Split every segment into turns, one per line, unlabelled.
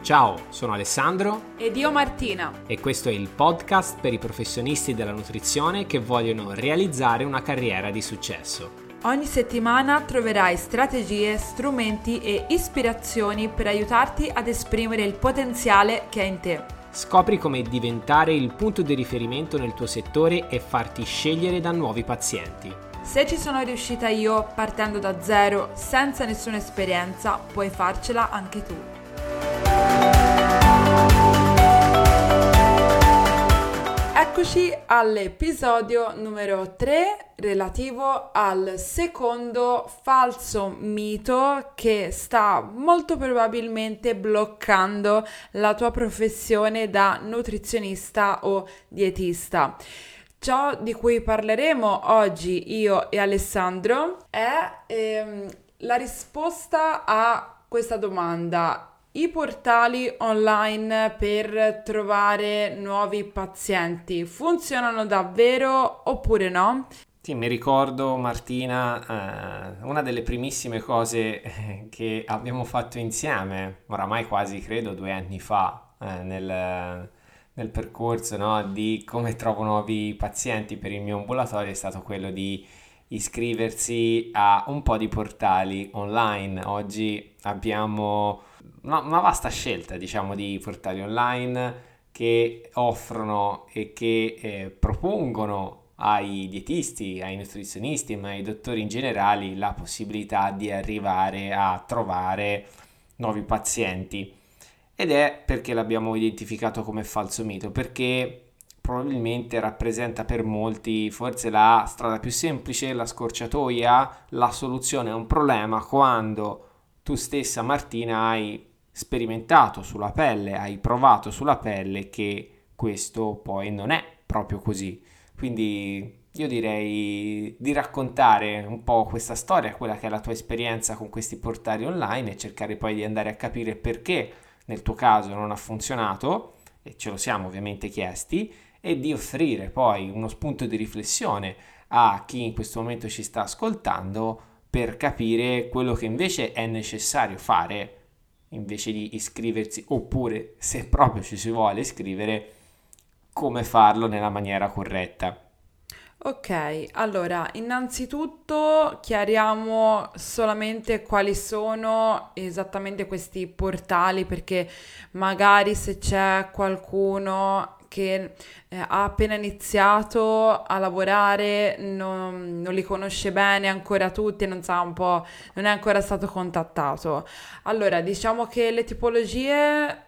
Ciao, sono Alessandro
ed io Martina
e questo è il podcast per i professionisti della nutrizione che vogliono realizzare una carriera di successo.
Ogni settimana troverai strategie, strumenti e ispirazioni per aiutarti ad esprimere il potenziale che è in te.
Scopri come diventare il punto di riferimento nel tuo settore e farti scegliere da nuovi pazienti.
Se ci sono riuscita io partendo da zero, senza nessuna esperienza, puoi farcela anche tu. Eccoci all'episodio numero 3 relativo al secondo falso mito che sta molto probabilmente bloccando la tua professione da nutrizionista o dietista. Ciò di cui parleremo oggi io e Alessandro è la risposta a questa domanda. I portali online per trovare nuovi pazienti funzionano davvero oppure no?
Sì, mi ricordo Martina, una delle primissime cose che abbiamo fatto insieme, oramai quasi credo 2 anni fa, nel percorso, no, di come trovo nuovi pazienti per il mio ambulatorio è stato quello di iscriversi a un po' di portali online. Oggi abbiamo una vasta scelta, diciamo, di portali online che offrono e che propongono ai dietisti, ai nutrizionisti, ma ai dottori in generale la possibilità di arrivare a trovare nuovi pazienti. Ed è perché l'abbiamo identificato come falso mito, perché probabilmente rappresenta per molti forse la strada più semplice, la scorciatoia, la soluzione a un problema, quando tu stessa Martina hai sperimentato sulla pelle, hai provato sulla pelle che questo poi non è proprio così. Quindi io direi di raccontare un po' questa storia, quella che è la tua esperienza con questi portali online e cercare poi di andare a capire perché nel tuo caso non ha funzionato, e ce lo siamo ovviamente chiesti, e di offrire poi uno spunto di riflessione a chi in questo momento ci sta ascoltando per capire quello che invece è necessario fare invece di iscriversi, oppure se proprio ci si vuole iscrivere, come farlo nella maniera corretta.
Ok, allora innanzitutto chiariamo solamente quali sono esattamente questi portali, perché magari se c'è qualcuno che ha appena iniziato a lavorare, non li conosce bene ancora tutti, non sa un po', non è ancora stato contattato. Allora, diciamo che le tipologie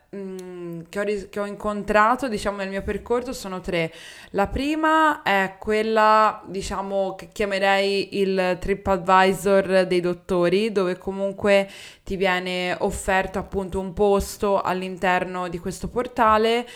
che ho incontrato, diciamo, nel mio percorso sono 3. La prima è quella, diciamo, che chiamerei il TripAdvisor dei dottori, dove comunque ti viene offerto appunto un posto all'interno di questo portale,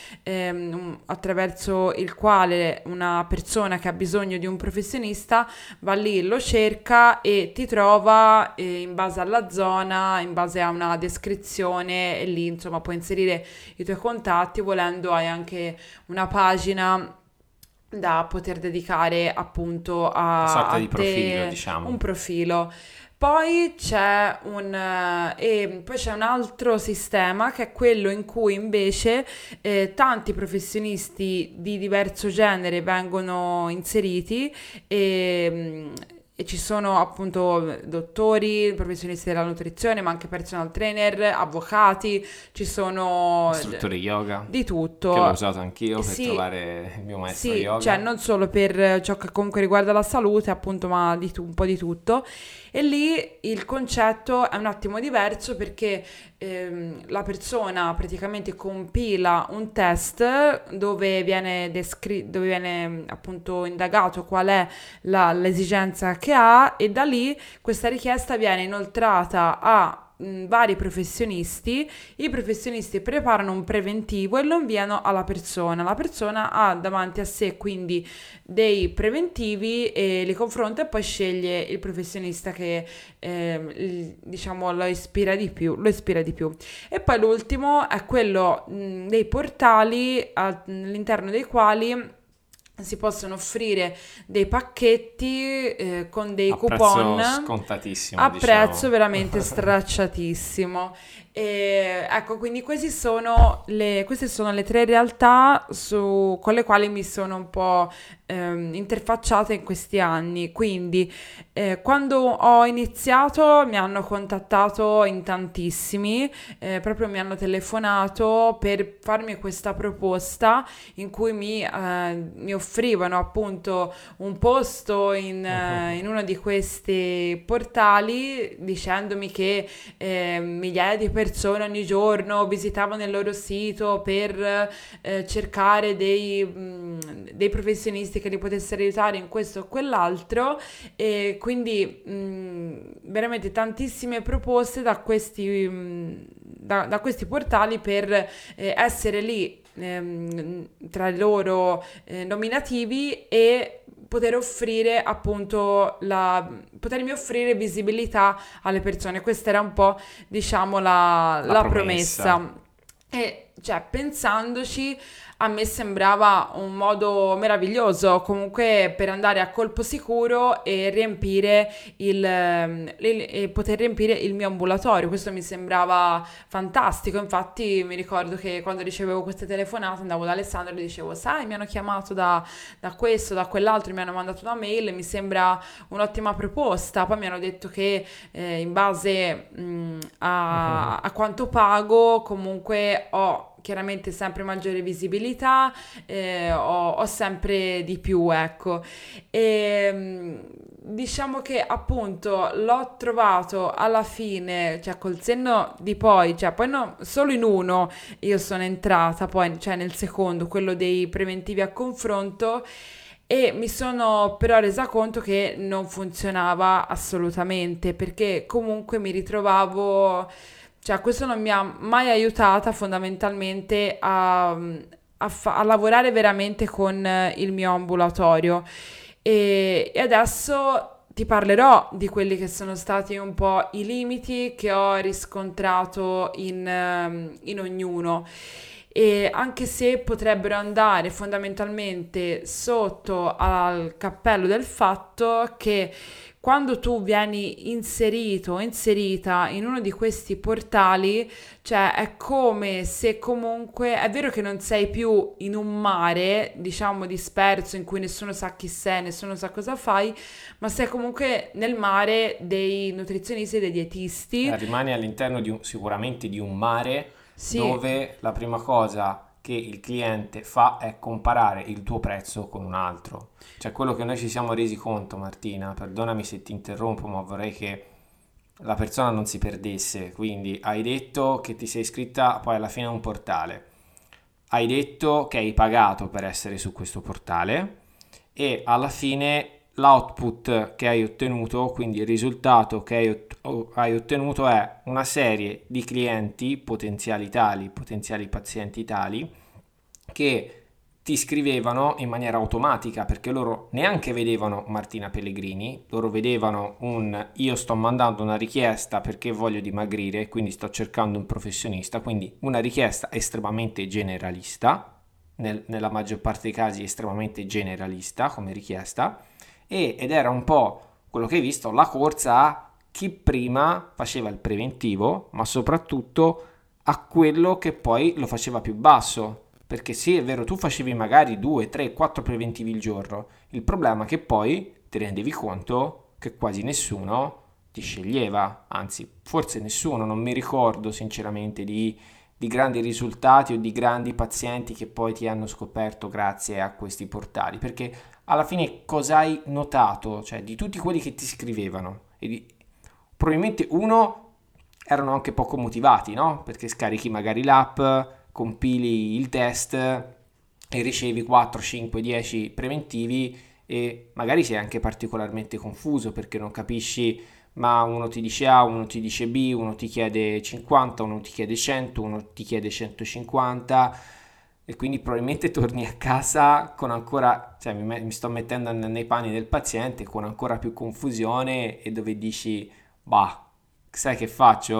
attraverso il quale una persona che ha bisogno di un professionista va lì, lo cerca e ti trova in base alla zona, in base a una descrizione, e lì insomma puoi inserire i tuoi contatti. Volendo hai anche una pagina da poter dedicare appunto
Una sorta
a
di
te,
profilo, diciamo.
un profilo. Poi c'è poi c'è un altro sistema che è quello in cui invece tanti professionisti di diverso genere vengono inseriti e ci sono appunto dottori, professionisti della nutrizione, ma anche personal trainer, avvocati, ci sono
Istruttore yoga,
di tutto.
che l'ho usato anch'io per
Sì,
trovare il mio maestro
sì,
yoga.
cioè non solo per ciò che comunque riguarda la salute, appunto, ma un po' di tutto. E lì il concetto è un attimo diverso, perché la persona praticamente compila un test dove viene dove viene appunto indagato qual è l'esigenza che ha, e da lì questa richiesta viene inoltrata a vari professionisti. I professionisti preparano un preventivo e lo inviano alla persona. La persona ha davanti a sé quindi dei preventivi e li confronta e poi sceglie il professionista che diciamo lo ispira di più. E poi l'ultimo è quello dei portali all'interno dei quali si possono offrire dei pacchetti con dei
A prezzo
coupon
scontatissimo,
a prezzo
diciamo.
veramente stracciatissimo. E, ecco, quindi queste sono le tre realtà con le quali mi sono un po' interfacciata in questi anni. Quindi, quando ho iniziato mi hanno contattato in tantissimi, proprio mi hanno telefonato per farmi questa proposta in cui mi offrivano appunto un posto in uno di questi portali dicendomi che migliaia di persone ogni giorno visitavano il loro sito per cercare dei professionisti che li potessero aiutare in questo o quell'altro, e quindi veramente tantissime proposte da questi portali per essere lì tra i loro nominativi e poter offrire appunto potermi offrire visibilità alle persone. Questa era un po', diciamo,
La
la
promessa.
promessa. E cioè, pensandoci, a me sembrava un modo meraviglioso comunque per andare a colpo sicuro e riempire e poter riempire il mio ambulatorio. Questo mi sembrava fantastico. Infatti, mi ricordo che quando ricevevo queste telefonate andavo da Alessandro e gli dicevo: Sai, mi hanno chiamato da questo, da quell'altro, mi hanno mandato una mail, mi sembra un'ottima proposta. Poi mi hanno detto che in base a quanto pago, comunque ho chiaramente sempre maggiore visibilità, ho sempre di più, ecco. E diciamo che appunto l'ho trovato alla fine, cioè col senno di poi, cioè poi no, solo in uno io sono entrata, poi cioè nel secondo, quello dei preventivi a confronto, e mi sono però resa conto che non funzionava assolutamente, perché comunque mi ritrovavo, cioè questo non mi ha mai aiutata fondamentalmente a lavorare veramente con il mio ambulatorio. E adesso ti parlerò di quelli che sono stati un po' i limiti che ho riscontrato in ognuno. E anche se potrebbero andare fondamentalmente sotto al cappello del fatto che quando tu vieni inserito o inserita in uno di questi portali, cioè è come se comunque, è vero che non sei più in un mare, diciamo, disperso in cui nessuno sa chi sei, nessuno sa cosa fai, ma sei comunque nel mare dei nutrizionisti e dei dietisti.
Rimani all'interno sicuramente di un mare
Sì,
dove la prima cosa che il cliente fa è comparare il tuo prezzo con un altro. Cioè quello che noi ci siamo resi conto, Martina, perdonami se ti interrompo, ma vorrei che la persona non si perdesse. Quindi hai detto che ti sei iscritta poi alla fine a un portale, hai detto che hai pagato per essere su questo portale e alla fine l'output che hai ottenuto, quindi il risultato che hai ottenuto è una serie di clienti potenziali tali, potenziali pazienti tali, che ti scrivevano in maniera automatica perché loro neanche vedevano Martina Pellegrini, loro vedevano io sto mandando una richiesta perché voglio dimagrire, quindi sto cercando un professionista, quindi una richiesta estremamente generalista, nella maggior parte dei casi estremamente generalista come richiesta, ed era un po' quello che hai visto, la corsa a chi prima faceva il preventivo, ma soprattutto a quello che poi lo faceva più basso. Perché sì, è vero, tu facevi magari 2, 3, 4 preventivi il giorno. Il problema è che poi ti rendevi conto che quasi nessuno ti sceglieva, anzi, forse nessuno, non mi ricordo sinceramente di grandi risultati o di grandi pazienti che poi ti hanno scoperto grazie a questi portali. Perché alla fine cosa hai notato? Cioè, di tutti quelli che ti scrivevano, probabilmente uno erano anche poco motivati, no? Perché scarichi magari l'app, compili il test e ricevi 4, 5, 10 preventivi e magari sei anche particolarmente confuso perché non capisci, ma uno ti dice A, uno ti dice B, uno ti chiede 50, uno ti chiede 100, uno ti chiede 150 e quindi probabilmente torni a casa con ancora, cioè mi sto mettendo nei panni del paziente con ancora più confusione e dove dici, bah, sai che faccio?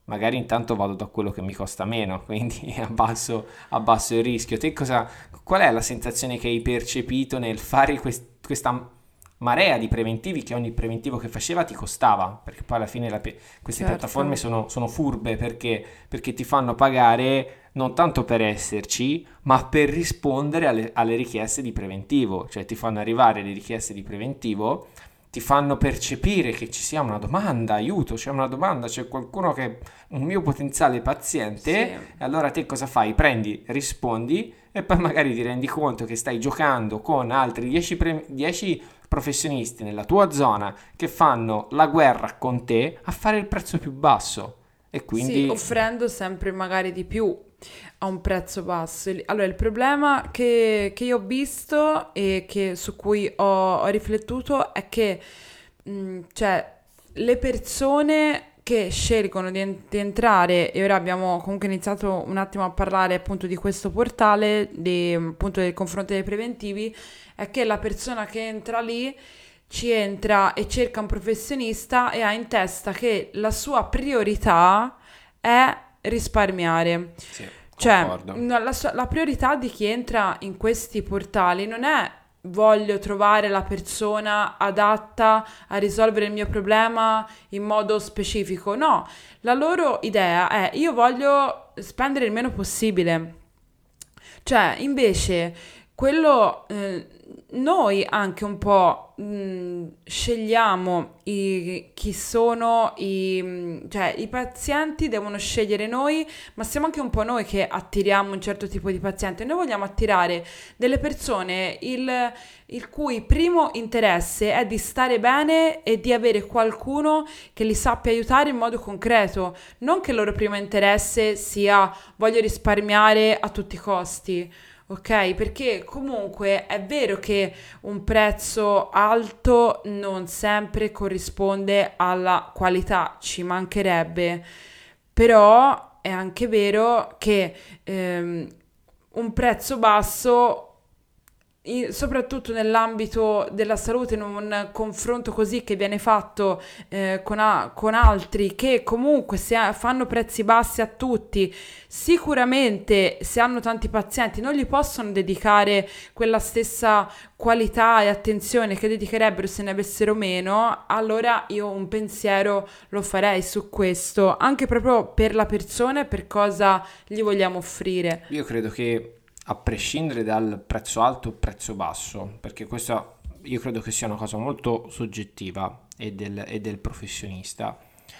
magari intanto vado da quello che mi costa meno, quindi abbasso il rischio. Qual è la sensazione che hai percepito nel fare questa marea di preventivi, che ogni preventivo che faceva ti costava? Perché poi alla fine queste piattaforme
Certo.
sono furbe, perché ti fanno pagare non tanto per esserci, ma per rispondere alle richieste di preventivo. Cioè ti fanno arrivare le richieste di preventivo, ti fanno percepire che ci sia una domanda, aiuto, c'è una domanda, c'è qualcuno che un mio potenziale paziente,
Sì.
e allora te cosa fai? Prendi, rispondi e poi magari ti rendi conto che stai giocando con altri 10 professionisti nella tua zona che fanno la guerra con te a fare il prezzo più basso. E
Sì,
quindi
offrendo sempre magari di più a un prezzo basso. Allora, il problema che io ho visto e su cui ho riflettuto è che, cioè, le persone che scelgono di entrare, e ora abbiamo comunque iniziato un attimo a parlare appunto di questo portale, appunto del confronto dei preventivi, è che la persona che entra lì ci entra e cerca un professionista e ha in testa che la sua priorità è risparmiare.
sì,
Cioè,
concordo.
no, la priorità di chi entra in questi portali non è voglio trovare la persona adatta a risolvere il mio problema in modo specifico. No, la loro idea è io voglio spendere il meno possibile. Cioè, invece, quello noi anche un po' scegliamo chi sono cioè i pazienti devono scegliere noi, ma siamo anche un po' noi che attiriamo un certo tipo di paziente. Noi vogliamo attirare delle persone il cui primo interesse è di stare bene e di avere qualcuno che li sappia aiutare in modo concreto, non che il loro primo interesse sia voglio risparmiare a tutti i costi. Ok, perché comunque è vero che un prezzo alto non sempre corrisponde alla qualità, ci mancherebbe, però è anche vero che un prezzo basso soprattutto nell'ambito della salute, in un confronto così che viene fatto con altri che comunque fanno prezzi bassi a tutti, sicuramente se hanno tanti pazienti non gli possono dedicare quella stessa qualità e attenzione che dedicherebbero se ne avessero meno. Allora io un pensiero lo farei su questo, anche proprio per la persona e per cosa gli vogliamo offrire.
Io credo che a prescindere dal prezzo alto o prezzo basso, perché questa io credo che sia una cosa molto soggettiva e del professionista,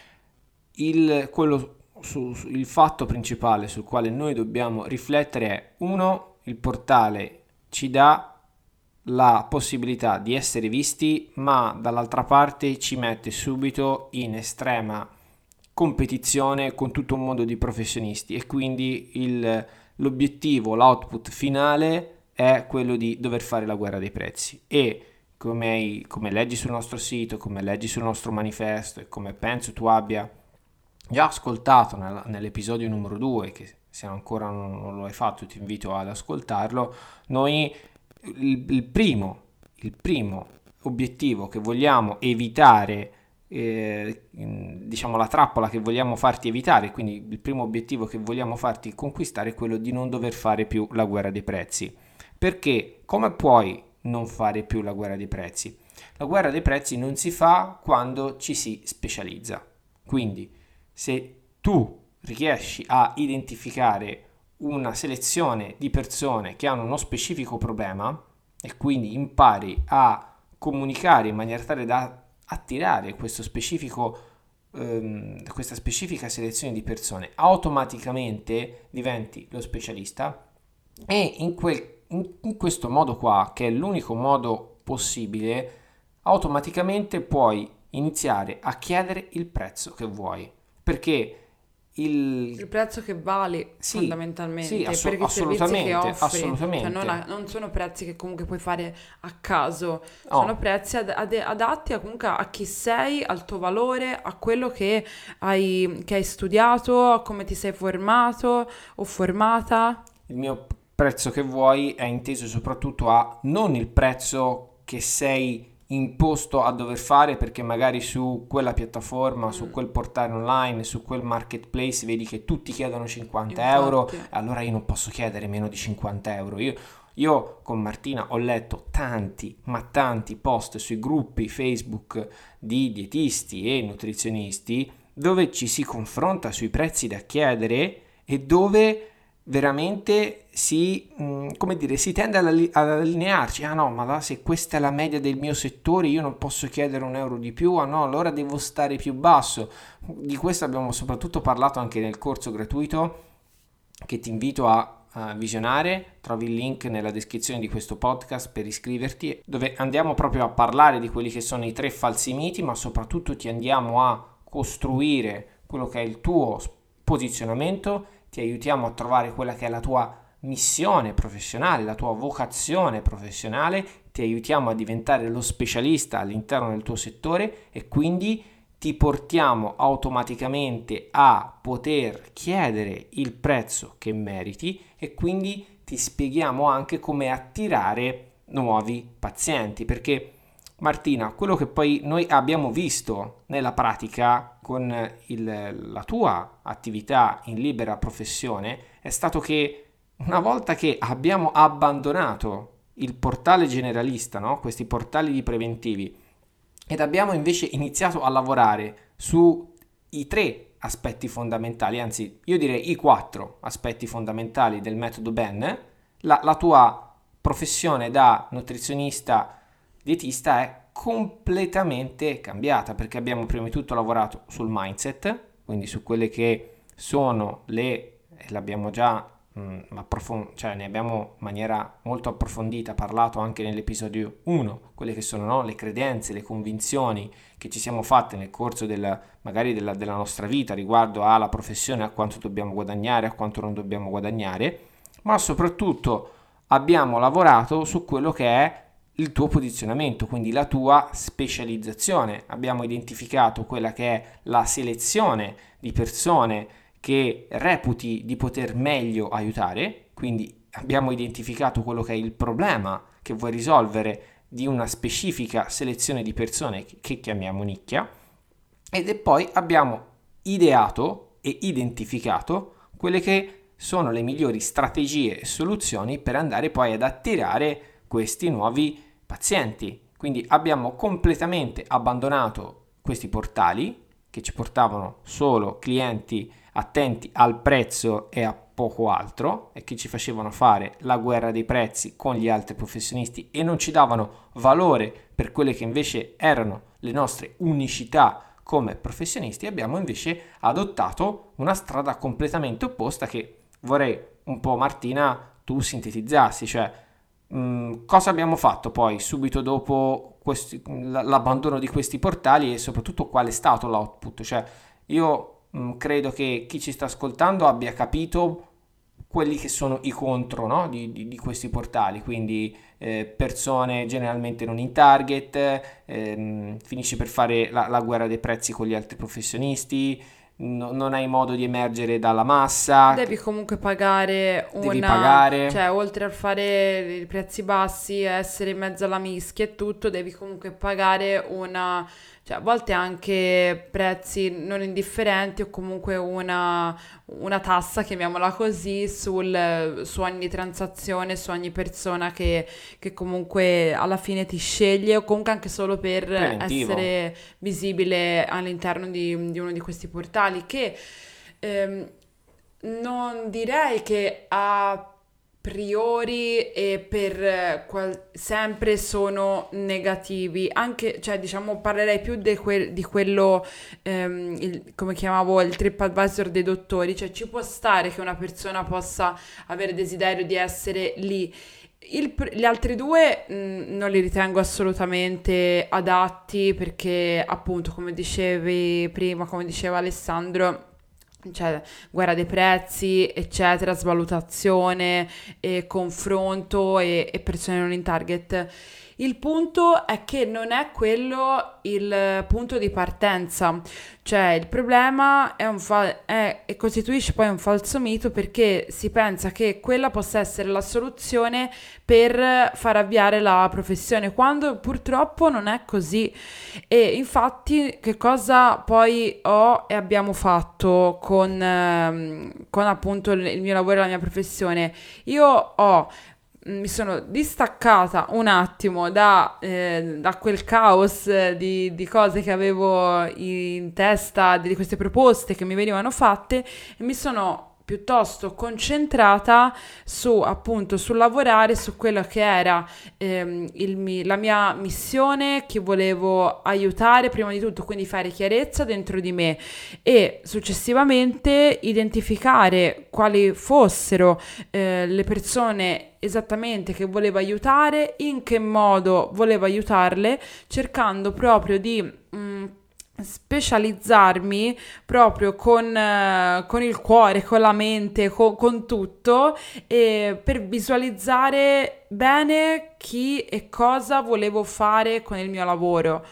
il fatto principale sul quale noi dobbiamo riflettere è: uno, il portale ci dà la possibilità di essere visti, ma dall'altra parte ci mette subito in estrema competizione con tutto un mondo di professionisti, e quindi l'obiettivo, l'output finale è quello di dover fare la guerra dei prezzi. E come leggi sul nostro sito, come leggi sul nostro manifesto e come penso tu abbia già ascoltato nell'episodio numero 2, che se ancora non lo hai fatto ti invito ad ascoltarlo, noi il primo obiettivo che vogliamo evitare, diciamo la trappola che vogliamo farti evitare, quindi il primo obiettivo che vogliamo farti conquistare è quello di non dover fare più la guerra dei prezzi. Perché come puoi non fare più la guerra dei prezzi? La guerra dei prezzi non si fa quando ci si specializza. Quindi se tu riesci a identificare una selezione di persone che hanno uno specifico problema e quindi impari a comunicare in maniera tale da attirare questa specifica selezione di persone, automaticamente diventi lo specialista, e in questo modo qua, che è l'unico modo possibile, automaticamente puoi iniziare a chiedere il prezzo che vuoi, perché
Il
il...
prezzo che vali
Sì, sì,
fondamentalmente per i servizi che
assolutamente,
offri, cioè
assolutamente.
non sono prezzi che comunque puoi fare a caso, sono
No,
prezzi adatti comunque a chi sei, al tuo valore, a quello che hai studiato, a come ti sei formato o formata.
il mio prezzo che vuoi è inteso soprattutto a non il prezzo che sei imposto a dover fare perché magari su quella piattaforma, su quel portale online, su quel marketplace vedi che tutti chiedono 50 euro,
Infatti.
allora io non posso chiedere meno di 50 euro. Io con Martina ho letto tanti, ma tanti post sui gruppi Facebook di dietisti e nutrizionisti dove ci si confronta sui prezzi da chiedere e dove veramente come dire, si tende ad allinearci. Ah no, ma là, se questa è la media del mio settore io non posso chiedere un euro di più, ah no, allora devo stare più basso. Di questo abbiamo soprattutto parlato anche nel corso gratuito che ti invito a visionare. Trovi il link nella descrizione di questo podcast per iscriverti, dove andiamo proprio a parlare di quelli che sono i 3 falsi miti, ma soprattutto ti andiamo a costruire quello che è il tuo posizionamento, ti aiutiamo a trovare quella che è la tua missione professionale, la tua vocazione professionale, ti aiutiamo a diventare lo specialista all'interno del tuo settore e quindi ti portiamo automaticamente a poter chiedere il prezzo che meriti e quindi ti spieghiamo anche come attirare nuovi pazienti, perché Martina, quello che poi noi abbiamo visto nella pratica con la tua attività in libera professione è stato che una volta che abbiamo abbandonato il portale generalista, no? Questi portali di preventivi, ed abbiamo invece iniziato a lavorare sui 3 aspetti fondamentali, anzi io direi i 4 aspetti fondamentali del metodo Ben, la tua professione da nutrizionista dietista è completamente cambiata, perché abbiamo prima di tutto lavorato sul mindset, quindi su quelle che sono l'abbiamo già ne abbiamo in maniera molto approfondita parlato anche nell'episodio 1, quelle che sono, no, le credenze, le convinzioni che ci siamo fatte nel corso della nostra vita riguardo alla professione, a quanto dobbiamo guadagnare, a quanto non dobbiamo guadagnare, ma soprattutto abbiamo lavorato su quello che è il tuo posizionamento, quindi la tua specializzazione. Abbiamo identificato quella che è la selezione di persone che reputi di poter meglio aiutare, quindi abbiamo identificato quello che è il problema che vuoi risolvere di una specifica selezione di persone che chiamiamo nicchia, e poi abbiamo ideato e identificato quelle che sono le migliori strategie e soluzioni per andare poi ad attirare questi nuovi pazienti. Quindi abbiamo completamente abbandonato questi portali che ci portavano solo clienti attenti al prezzo e a poco altro e che ci facevano fare la guerra dei prezzi con gli altri professionisti e non ci davano valore per quelle che invece erano le nostre unicità come professionisti. Abbiamo invece adottato una strada completamente opposta che vorrei un po', Martina, tu sintetizzassi, cioè cosa abbiamo fatto poi subito dopo l'abbandono di questi portali e soprattutto qual è stato l'output. Cioè io credo che chi ci sta ascoltando abbia capito quelli che sono i contro, no? di questi portali, quindi persone generalmente non in target, finisci per fare la guerra dei prezzi con gli altri professionisti, non hai modo di emergere dalla massa,
Devi comunque pagare
devi pagare.
cioè oltre a fare i prezzi bassi, essere in mezzo alla mischia e tutto, devi comunque pagare cioè a volte anche prezzi non indifferenti o comunque una tassa, chiamiamola così, su ogni transazione, su ogni persona che comunque alla fine ti sceglie o comunque anche solo per
Preventivo.
essere visibile all'interno di uno di questi portali che non direi che a priori e per sempre sono negativi, anche, cioè diciamo parlerei più di quello, come chiamavo il TripAdvisor dei dottori, cioè ci può stare che una persona possa avere desiderio di essere lì. Gli altri due non li ritengo assolutamente adatti perché appunto come dicevi prima, come diceva Alessandro, cioè guerra dei prezzi, eccetera, svalutazione, e confronto e persone non in target. Il punto è che non è quello il punto di partenza, cioè il problema e costituisce poi un falso mito perché si pensa che quella possa essere la soluzione per far avviare la professione, quando purtroppo non è così. E infatti che cosa poi ho e abbiamo fatto con appunto il mio lavoro e la mia professione? Mi sono distaccata un attimo da quel caos di cose che avevo in testa, di queste proposte che mi venivano fatte e mi sono piuttosto concentrata su appunto sul lavorare su quello che era la mia missione, chi volevo aiutare prima di tutto, quindi fare chiarezza dentro di me e successivamente identificare quali fossero le persone esattamente che volevo aiutare, in che modo volevo aiutarle, cercando proprio di specializzarmi proprio con il cuore, con la mente, con tutto, e per visualizzare bene chi e cosa volevo fare con il mio lavoro.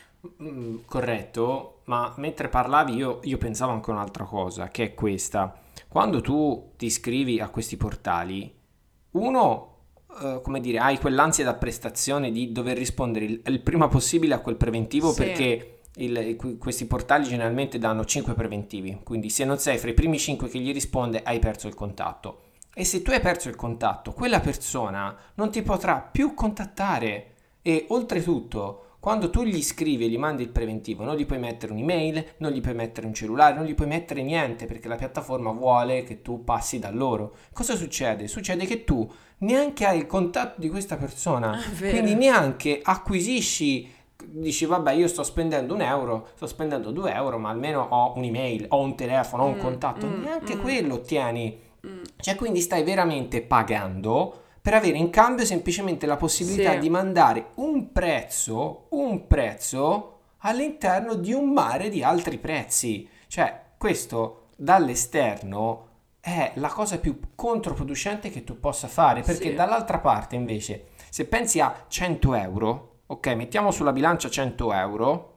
Corretto, ma mentre parlavi io pensavo anche a un'altra cosa, che è questa. Quando tu ti iscrivi a questi portali, uno, come dire, hai quell'ansia da prestazione di dover rispondere il prima possibile a quel preventivo
Sì,
perché questi portali generalmente danno 5 preventivi, quindi se non sei fra i primi 5 che gli risponde hai perso il contatto. E se tu hai perso il contatto, quella persona non ti potrà più contattare e oltretutto quando tu gli scrivi e gli mandi il preventivo non gli puoi mettere un'email, non gli puoi mettere un cellulare, non gli puoi mettere niente perché la piattaforma vuole che tu passi da loro. Cosa succede? Succede che tu neanche hai il contatto di questa persona,
è
quindi
vero.
neanche acquisisci, dici vabbè io sto spendendo 1 euro, sto spendendo 2 euro, ma almeno ho un'email, ho un telefono, ho un
Mm,
contatto,
mm,
neanche
mm,
quello ottieni.
mm.
Cioè quindi stai veramente pagando per avere in cambio semplicemente la
Sì,
possibilità di mandare un prezzo all'interno di un mare di altri prezzi. Cioè questo dall'esterno è la cosa più controproducente che tu possa fare, perché
sì,
dall'altra parte invece, se pensi a 100 euro, ok, mettiamo sulla bilancia 100 euro,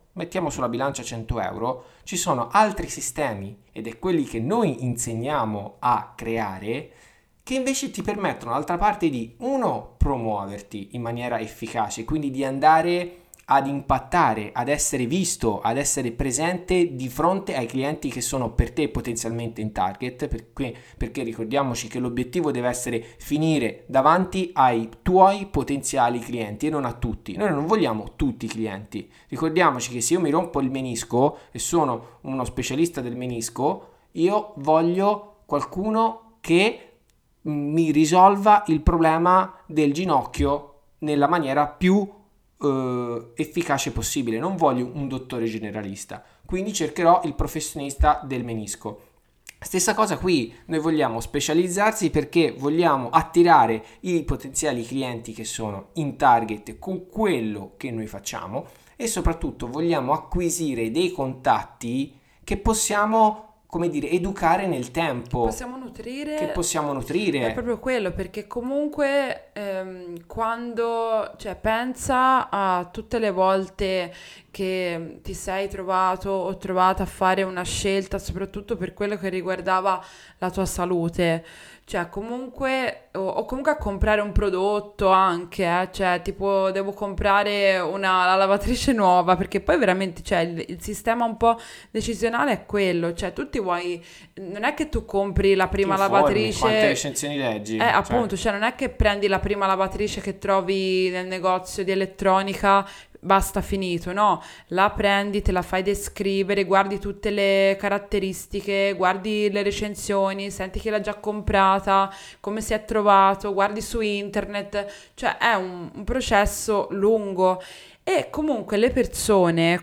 ci sono altri sistemi, ed è quelli che noi insegniamo a creare, che invece ti permettono dall'altra parte di, uno, promuoverti in maniera efficace, quindi di andare ad impattare, ad essere visto, ad essere presente di fronte ai clienti che sono per te potenzialmente in target, perché ricordiamoci che l'obiettivo deve essere finire davanti ai tuoi potenziali clienti e non a tutti. Noi non vogliamo tutti i clienti. Ricordiamoci che se io mi rompo il menisco e sono uno specialista del menisco, io voglio qualcuno che mi risolva il problema del ginocchio nella maniera più efficace possibile. Non voglio un dottore generalista, quindi cercherò il professionista del menisco. Stessa cosa qui, noi vogliamo specializzarsi perché vogliamo attirare i potenziali clienti che sono in target con quello che noi facciamo e soprattutto vogliamo acquisire dei contatti che possiamo, come dire, educare nel
che
tempo,
possiamo
che
nutrire.
possiamo
È
nutrire.
proprio quello, perché comunque quando, cioè, pensa a tutte le volte che ti sei trovato o trovata a fare una scelta, soprattutto per quello che riguardava la tua salute, cioè comunque, o comunque a comprare un prodotto anche, cioè tipo devo comprare la lavatrice nuova, perché poi veramente, cioè, il sistema un po' decisionale è quello, cioè tu ti vuoi, non è che tu compri la
Ti
prima
informi quante
lavatrice,
recensioni leggi, cioè.
appunto, cioè non è che prendi la prima lavatrice che trovi nel negozio di elettronica, basta finito, no, la prendi, te la fai descrivere, guardi tutte le caratteristiche, guardi le recensioni, senti chi l'ha già comprata, come si è trovato, guardi su internet, cioè è un processo lungo. E comunque le persone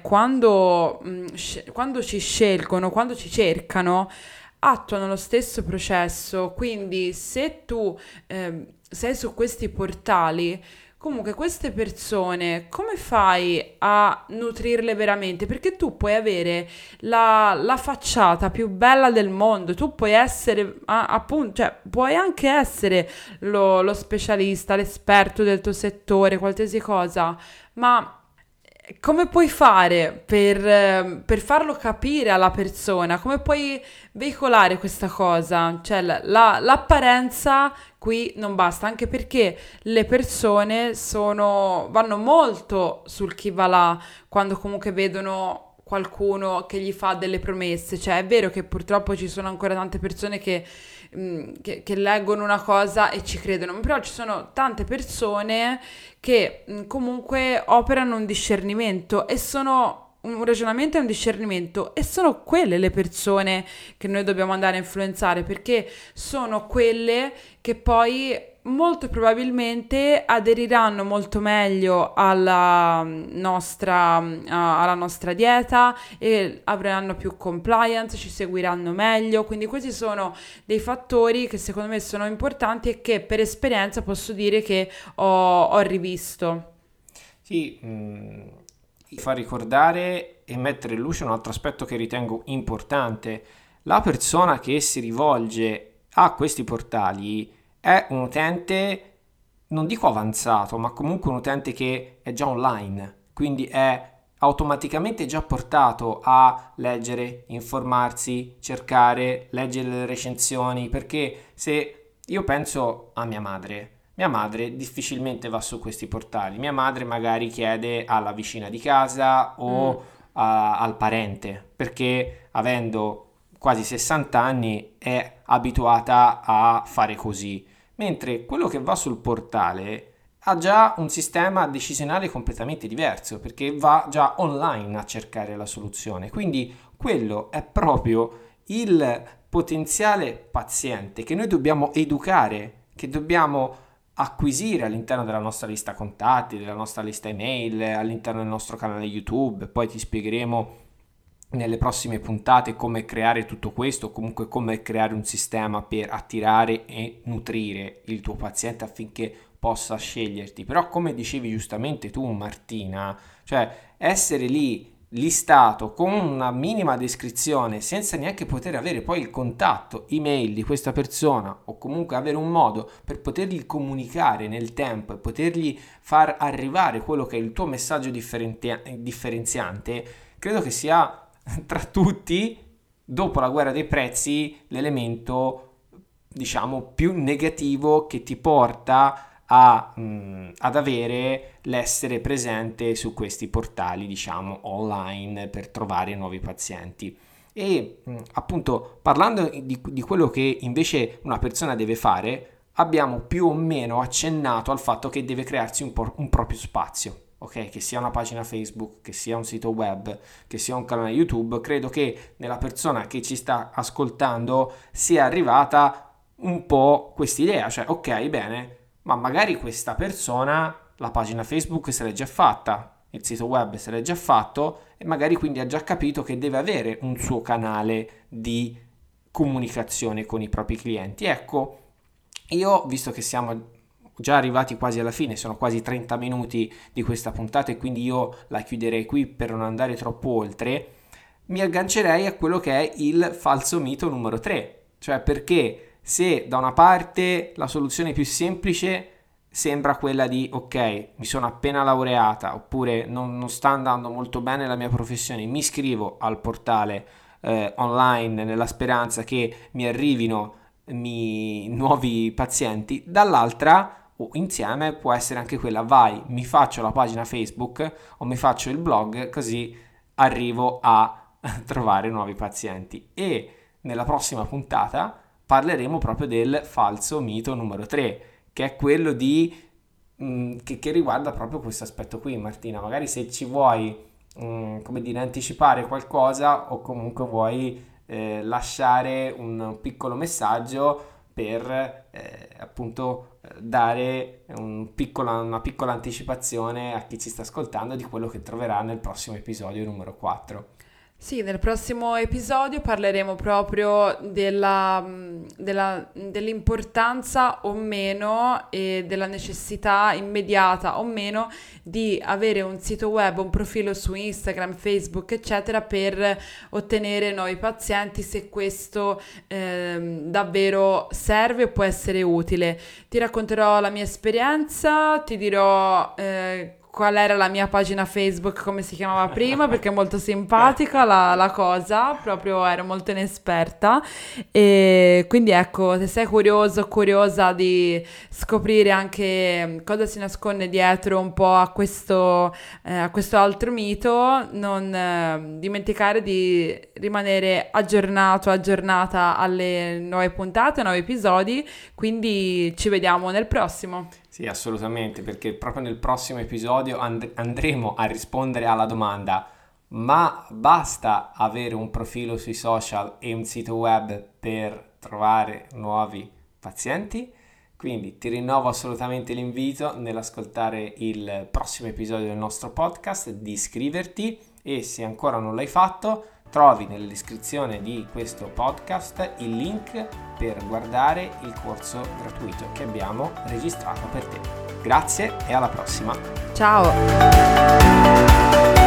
quando ci scelgono, quando ci cercano, attuano lo stesso processo. Quindi se tu sei su questi portali, comunque queste persone, come fai a nutrirle veramente? Perché tu puoi avere la facciata più bella del mondo, tu puoi essere, appunto, cioè, puoi anche essere lo specialista, l'esperto del tuo settore, qualsiasi cosa, ma come puoi fare per farlo capire alla persona? Come puoi veicolare questa cosa? Cioè, l'apparenza qui non basta, anche perché le persone vanno molto sul chi va là quando comunque vedono qualcuno che gli fa delle promesse. Cioè, è vero che purtroppo ci sono ancora tante persone che leggono una cosa e ci credono, però ci sono tante persone che comunque operano un discernimento e sono un ragionamento e un discernimento e sono quelle le persone che noi dobbiamo andare a influenzare perché sono quelle che poi molto probabilmente aderiranno molto meglio alla nostra dieta e avranno più compliance, ci seguiranno meglio, quindi questi sono dei fattori che secondo me sono importanti e che per esperienza posso dire che ho rivisto.
Sì, fa ricordare e mettere in luce un altro aspetto che ritengo importante. La persona che si rivolge a questi portali è un utente, non dico avanzato, ma comunque un utente che è già online, quindi è automaticamente già portato a leggere, informarsi, cercare, leggere le recensioni, perché se io penso a mia madre difficilmente va su questi portali, mia madre magari chiede alla vicina di casa
Mm.
o al parente, perché avendo quasi 60 anni è abituata a fare così, mentre quello che va sul portale ha già un sistema decisionale completamente diverso perché va già online a cercare la soluzione. Quindi quello è proprio il potenziale paziente che noi dobbiamo educare, che dobbiamo acquisire all'interno della nostra lista contatti, della nostra lista email, all'interno del nostro canale YouTube. Poi ti spiegheremo nelle prossime puntate come creare tutto questo, comunque come creare un sistema per attirare e nutrire il tuo paziente affinché possa sceglierti. Però come dicevi giustamente tu Martina, cioè essere lì listato con una minima descrizione senza neanche poter avere poi il contatto email di questa persona o comunque avere un modo per potergli comunicare nel tempo e potergli far arrivare quello che è il tuo messaggio differenziante, credo che sia tra tutti, dopo la guerra dei prezzi, l'elemento diciamo più negativo che ti porta ad avere l'essere presente su questi portali diciamo online per trovare nuovi pazienti. E appunto parlando di quello che invece una persona deve fare, abbiamo più o meno accennato al fatto che deve crearsi un proprio spazio. Ok, che sia una pagina Facebook, che sia un sito web, che sia un canale YouTube, credo che nella persona che ci sta ascoltando sia arrivata un po' quest'idea, cioè ok, bene, ma magari questa persona la pagina Facebook se l'è già fatta, il sito web se l'è già fatto e magari quindi ha già capito che deve avere un suo canale di comunicazione con i propri clienti. Ecco, io visto che siamo già arrivati quasi alla fine, sono quasi 30 minuti di questa puntata e quindi io la chiuderei qui per non andare troppo oltre, mi aggancerei a quello che è il falso mito numero 3, cioè perché se da una parte la soluzione più semplice sembra quella di ok, mi sono appena laureata oppure non sta andando molto bene la mia professione, mi iscrivo al portale online nella speranza che mi arrivino nuovi pazienti, dall'altra o insieme può essere anche quella vai, mi faccio la pagina Facebook o mi faccio il blog così arrivo a trovare nuovi pazienti. E nella prossima puntata parleremo proprio del falso mito numero 3, che è quello che riguarda proprio questo aspetto qui, Martina. Magari se ci vuoi come dire, anticipare qualcosa o comunque vuoi lasciare un piccolo messaggio per appunto dare una piccola anticipazione a chi ci sta ascoltando di quello che troverà nel prossimo episodio numero 4.
Sì, nel prossimo episodio parleremo proprio dell'importanza o meno e della necessità immediata o meno di avere un sito web, un profilo su Instagram, Facebook, eccetera, per ottenere nuovi pazienti, se questo davvero serve o può essere utile. Ti racconterò la mia esperienza, ti dirò qual era la mia pagina Facebook, come si chiamava prima, perché è molto simpatica la cosa, proprio ero molto inesperta. E quindi ecco, se sei curioso o curiosa di scoprire anche cosa si nasconde dietro un po' a questo altro mito, non dimenticare di rimanere aggiornato, aggiornata alle nuove puntate, nuovi episodi, quindi ci vediamo nel prossimo.
Sì, assolutamente, perché proprio nel prossimo episodio andremo a rispondere alla domanda: ma basta avere un profilo sui social e un sito web per trovare nuovi pazienti? Quindi ti rinnovo assolutamente l'invito nell'ascoltare il prossimo episodio del nostro podcast, di iscriverti, e se ancora non l'hai fatto, trovi nella descrizione di questo podcast il link per guardare il corso gratuito che abbiamo registrato per te. Grazie e alla prossima.
Ciao!